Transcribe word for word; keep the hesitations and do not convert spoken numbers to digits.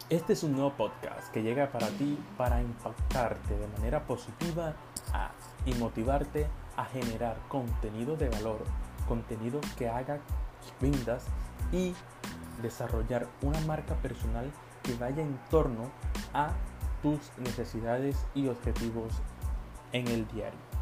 Este es un nuevo podcast que llega para ti para impactarte de manera positiva a, y motivarte a generar contenido de valor, contenido que haga que vendas y desarrollar una marca personal que vaya en torno a tus necesidades y objetivos en el diario.